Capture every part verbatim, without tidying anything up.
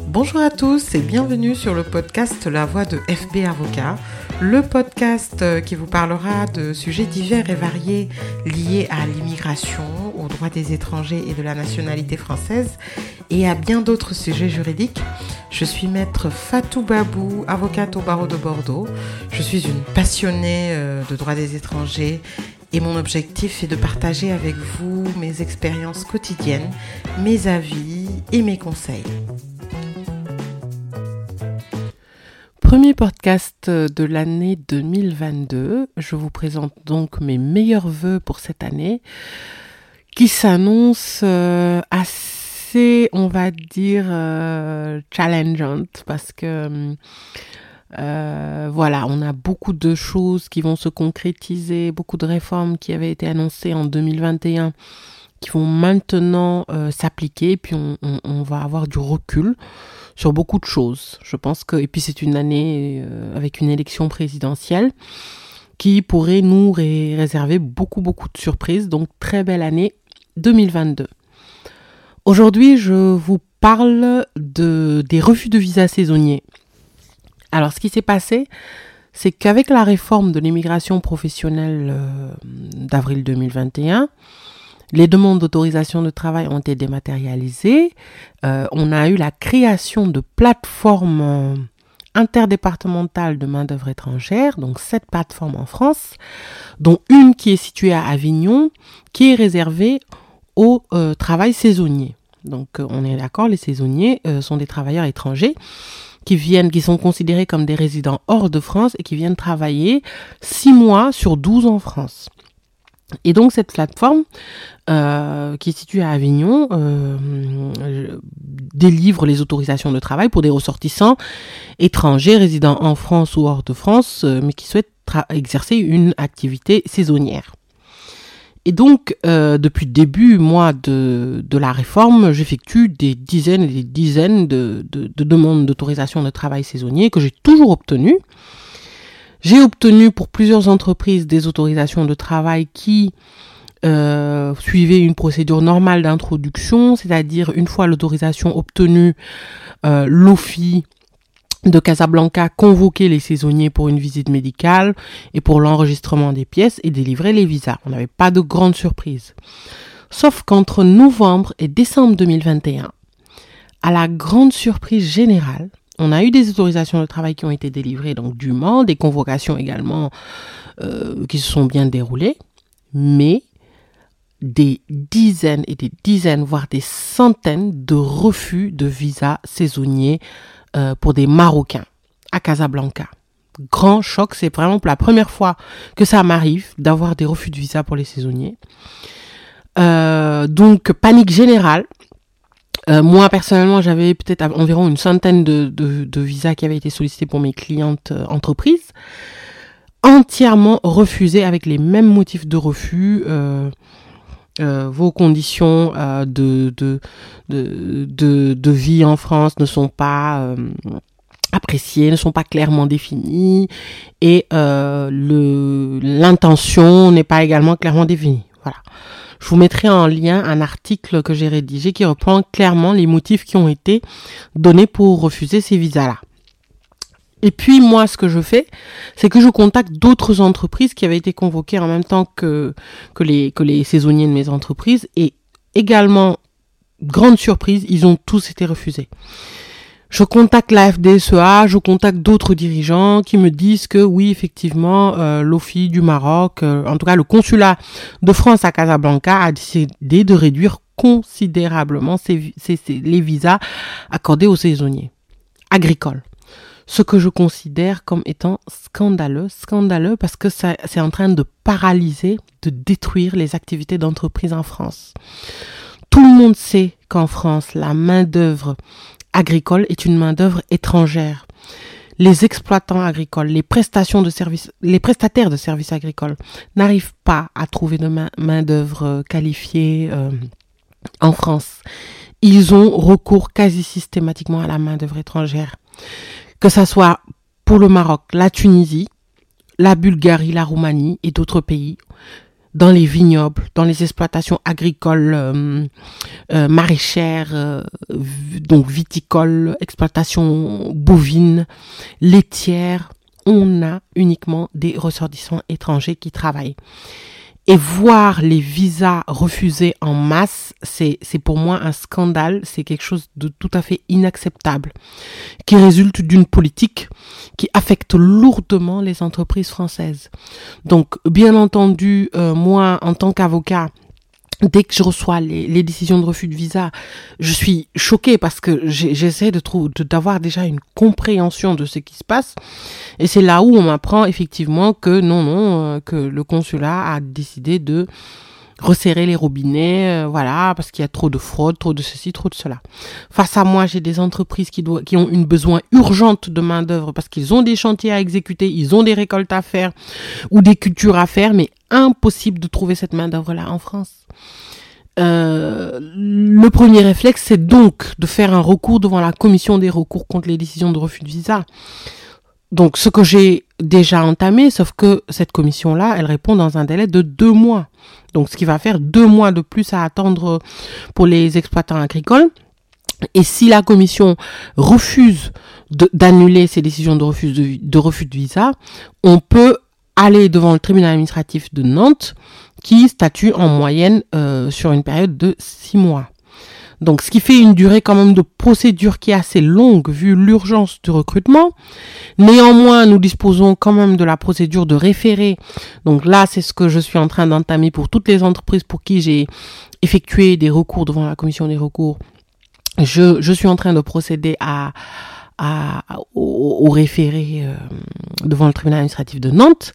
Bonjour à tous et bienvenue sur le podcast La Voix de F B Avocat, le podcast qui vous parlera de sujets divers et variés liés à l'immigration, aux droits des étrangers et de la nationalité française et à bien d'autres sujets juridiques. Je suis maître Fatou Babou, avocate au barreau de Bordeaux. Je suis une passionnée de droits des étrangers et mon objectif est de partager avec vous mes expériences quotidiennes, mes avis et mes conseils. Premier podcast de l'année deux mille vingt-deux. Je vous présente donc mes meilleurs vœux pour cette année qui s'annonce euh, assez, on va dire, euh, challengeante parce que euh, voilà, on a beaucoup de choses qui vont se concrétiser, beaucoup de réformes qui avaient été annoncées en deux mille vingt et un qui vont maintenant euh, s'appliquer, puis on, on, on va avoir du recul sur beaucoup de choses. Je pense que, et puis c'est une année euh, avec une élection présidentielle qui pourrait nous ré- réserver beaucoup, beaucoup de surprises. Donc, très belle année deux mille vingt-deux. Aujourd'hui, je vous parle de, des refus de visa saisonniers. Alors, ce qui s'est passé, c'est qu'avec la réforme de l'immigration professionnelle euh, d'avril deux mille vingt et un, les demandes d'autorisation de travail ont été dématérialisées. Euh, on a eu la création de plateformes euh, interdépartementales de main-d'œuvre étrangère, donc sept plateformes en France, dont une qui est située à Avignon, qui est réservée au euh, travail saisonnier. Donc, euh, on est d'accord, les saisonniers euh, sont des travailleurs étrangers qui viennent, qui sont considérés comme des résidents hors de France et qui viennent travailler six mois sur douze en France. Et donc cette plateforme euh, qui est située à Avignon euh, délivre les autorisations de travail pour des ressortissants étrangers résidant en France ou hors de France, euh, mais qui souhaitent tra- exercer une activité saisonnière. Et donc euh, depuis le début, moi, de, de la réforme, j'effectue des dizaines et des dizaines de, de, de demandes d'autorisation de travail saisonnier que j'ai toujours obtenues. J'ai obtenu pour plusieurs entreprises des autorisations de travail qui euh, suivaient une procédure normale d'introduction, c'est-à-dire une fois l'autorisation obtenue, euh, l'O F I de Casablanca convoquait les saisonniers pour une visite médicale et pour l'enregistrement des pièces et délivrait les visas. On n'avait pas de grandes surprises. Sauf qu'entre novembre et décembre deux mille vingt et un, à la grande surprise générale, on a eu des autorisations de travail qui ont été délivrées donc dûment, des convocations également euh, qui se sont bien déroulées, mais des dizaines et des dizaines, voire des centaines de refus de visa saisonniers euh, pour des Marocains à Casablanca. Grand choc, c'est vraiment pour la première fois que ça m'arrive d'avoir des refus de visa pour les saisonniers. Euh, donc, panique générale. Euh, moi, personnellement, j'avais peut-être environ une centaine de, de, de visas qui avaient été sollicités pour mes clientes euh, entreprises, entièrement refusés avec les mêmes motifs de refus. Euh, euh, vos conditions euh, de, de, de, de, de vie en France ne sont pas euh, appréciées, ne sont pas clairement définies et euh, le, l'intention n'est pas également clairement définie. Voilà. Je vous mettrai en lien un article que j'ai rédigé qui reprend clairement les motifs qui ont été donnés pour refuser ces visas-là. Et puis moi, ce que je fais, c'est que je contacte d'autres entreprises qui avaient été convoquées en même temps que, que, les, que les saisonniers de mes entreprises. Et également, grande surprise, ils ont tous été refusés. Je contacte la F D S E A, je contacte d'autres dirigeants qui me disent que oui, effectivement, euh, l'O F I du Maroc, euh, en tout cas le consulat de France à Casablanca a décidé de réduire considérablement ces, ces, ces, les visas accordés aux saisonniers agricoles. Ce que je considère comme étant scandaleux, scandaleux parce que ça, c'est en train de paralyser, de détruire les activités d'entreprise en France. Tout le monde sait qu'en France, la main-d'œuvre agricole est une main-d'œuvre étrangère. Les exploitants agricoles, les prestations de services, les prestataires de services agricoles n'arrivent pas à trouver de main, main-d'œuvre qualifiée euh, en France. Ils ont recours quasi systématiquement à la main-d'œuvre étrangère. Que ça soit pour le Maroc, la Tunisie, la Bulgarie, la Roumanie et d'autres pays. dans les vignobles, dans les exploitations agricoles, euh, euh, maraîchères, euh, donc viticoles, exploitations bovines, laitières, on a uniquement des ressortissants étrangers qui travaillent. Et voir les visas refusés en masse, c'est, c'est pour moi un scandale, c'est quelque chose de tout à fait inacceptable, qui résulte d'une politique qui affecte lourdement les entreprises françaises. Donc, bien entendu, euh, moi, en tant qu'avocat, dès que je reçois les, les décisions de refus de visa, je suis choquée parce que j'ai, j'essaie de trouver, de, d'avoir déjà une compréhension de ce qui se passe. Et c'est là où on m'apprend effectivement que non, non, euh, que le consulat a décidé de resserrer les robinets, euh, voilà, parce qu'il y a trop de fraude, trop de ceci, trop de cela. Face à moi, j'ai des entreprises qui doivent, qui ont une besoin urgente de main d'œuvre parce qu'ils ont des chantiers à exécuter, ils ont des récoltes à faire ou des cultures à faire, mais impossible de trouver cette main d'œuvre là en France. Euh, le premier réflexe, c'est donc de faire un recours devant la commission des recours contre les décisions de refus de visa. Donc, ce que j'ai déjà entamé, sauf que cette commission-là, elle répond dans un délai de deux mois. Donc, ce qui va faire deux mois de plus à attendre pour les exploitants agricoles. Et si la commission refuse de, d'annuler ces décisions de refus de, de refus de visa, on peut aller devant le tribunal administratif de Nantes, qui statue en moyenne euh, sur une période de six mois. Donc, ce qui fait une durée quand même de procédure qui est assez longue vu l'urgence du recrutement. Néanmoins, nous disposons quand même de la procédure de référé. Donc là, c'est ce que je suis en train d'entamer pour toutes les entreprises pour qui j'ai effectué des recours devant la commission des recours. Je, je suis en train de procéder à, à, au, au référé euh, devant le tribunal administratif de Nantes.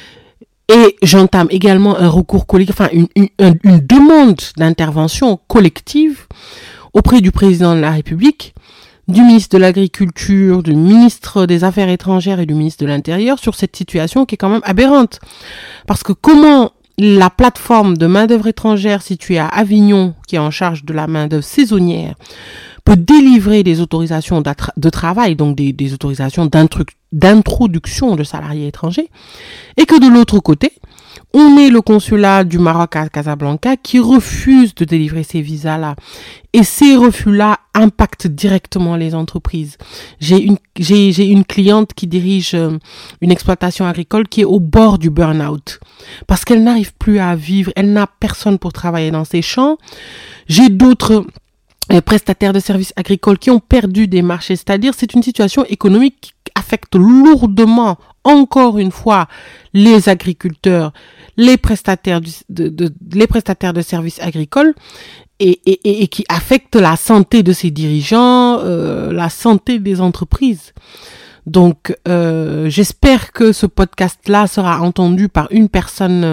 Et j'entame également un recours collectif, enfin une, une, une demande d'intervention collective auprès du président de la République, du ministre de l'Agriculture, du ministre des Affaires étrangères et du ministre de l'Intérieur sur cette situation qui est quand même aberrante. Parce que comment la plateforme de main-d'œuvre étrangère située à Avignon, qui est en charge de la main-d'œuvre saisonnière, peut délivrer des autorisations de travail, donc des, des autorisations d'introduction de salariés étrangers, et que de l'autre côté, on est le consulat du Maroc à Casablanca qui refuse de délivrer ces visas-là. Et ces refus-là impactent directement les entreprises. J'ai une, j'ai, j'ai une cliente qui dirige une exploitation agricole qui est au bord du burn-out. Parce qu'elle n'arrive plus à vivre, elle n'a personne pour travailler dans ses champs. J'ai d'autres les prestataires de services agricoles qui ont perdu des marchés, c'est-à-dire c'est une situation économique qui affecte lourdement, encore une fois, les agriculteurs, les prestataires de, de, de, les prestataires de services agricoles et, et, et qui affecte la santé de ses dirigeants, euh, la santé des entreprises. Donc, euh, j'espère que ce podcast-là sera entendu par une personne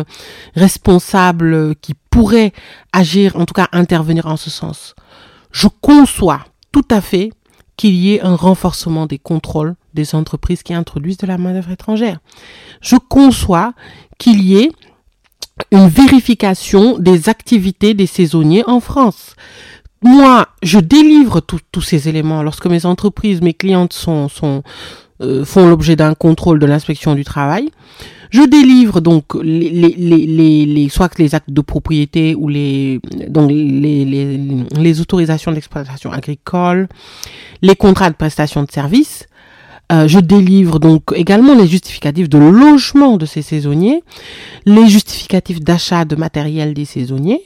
responsable qui pourrait agir, en tout cas intervenir en ce sens. Je conçois tout à fait qu'il y ait un renforcement des contrôles des entreprises qui introduisent de la main-d'œuvre étrangère. Je conçois qu'il y ait une vérification des activités des saisonniers en France. Moi, je délivre tous ces éléments lorsque mes entreprises, mes clientes sont, sont, euh, font l'objet d'un contrôle de l'inspection du travail. Je délivre donc les, les, les, les, les, soit les actes de propriété ou les, donc les, les, les autorisations d'exploitation agricole, les contrats de prestation de services. Euh, je délivre donc également les justificatifs de logement de ces saisonniers, les justificatifs d'achat de matériel des saisonniers.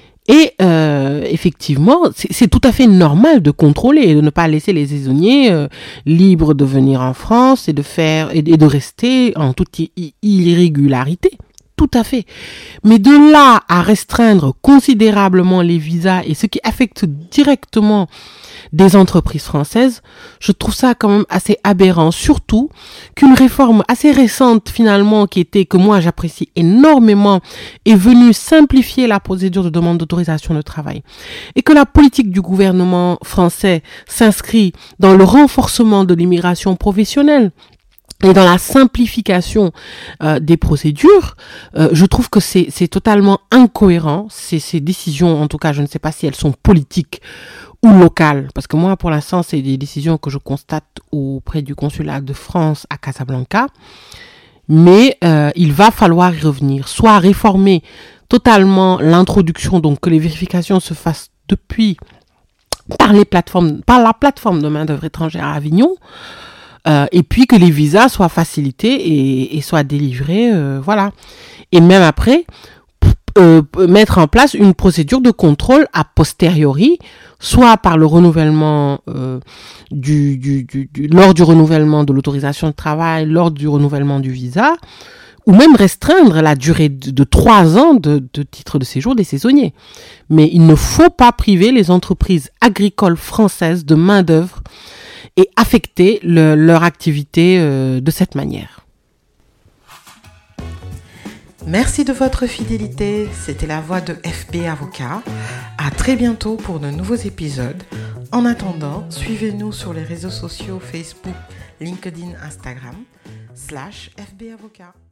Et euh, effectivement, c'est, c'est tout à fait normal de contrôler et de ne pas laisser les saisonniers euh, libres de venir en France et de faire et de rester en toute i- irrégularité. Tout à fait. Mais de là à restreindre considérablement les visas et ce qui affecte directement des entreprises françaises, je trouve ça quand même assez aberrant. Surtout qu'une réforme assez récente finalement, qui était, que moi j'apprécie énormément, est venue simplifier la procédure de demande d'autorisation de travail. Et que la politique du gouvernement français s'inscrit dans le renforcement de l'immigration professionnelle et dans la simplification euh, des procédures, euh, je trouve que c'est, c'est totalement incohérent. Ces, ces décisions, en tout cas, je ne sais pas si elles sont politiques ou locales, parce que moi, pour l'instant, c'est des décisions que je constate auprès du consulat de France à Casablanca. mais euh, il va falloir y revenir, soit réformer totalement l'introduction, donc que les vérifications se fassent depuis par les plateformes, par la plateforme de main-d'œuvre étrangère à Avignon, euh, et puis que les visas soient facilités et, et soient délivrés, euh, voilà. Et même après, euh, mettre en place une procédure de contrôle a posteriori, soit par le renouvellement euh, du, du, du, du lors du renouvellement de l'autorisation de travail, lors du renouvellement du visa, ou même restreindre la durée de, de trois ans de, de titre de séjour des saisonniers. Mais il ne faut pas priver les entreprises agricoles françaises de main-d'œuvre et affecter le, leur activité euh, de cette manière. Merci de votre fidélité. C'était la voix de F B Avocat. À très bientôt pour de nouveaux épisodes. En attendant, suivez-nous sur les réseaux sociaux Facebook, LinkedIn, Instagram, slash F B Avocat.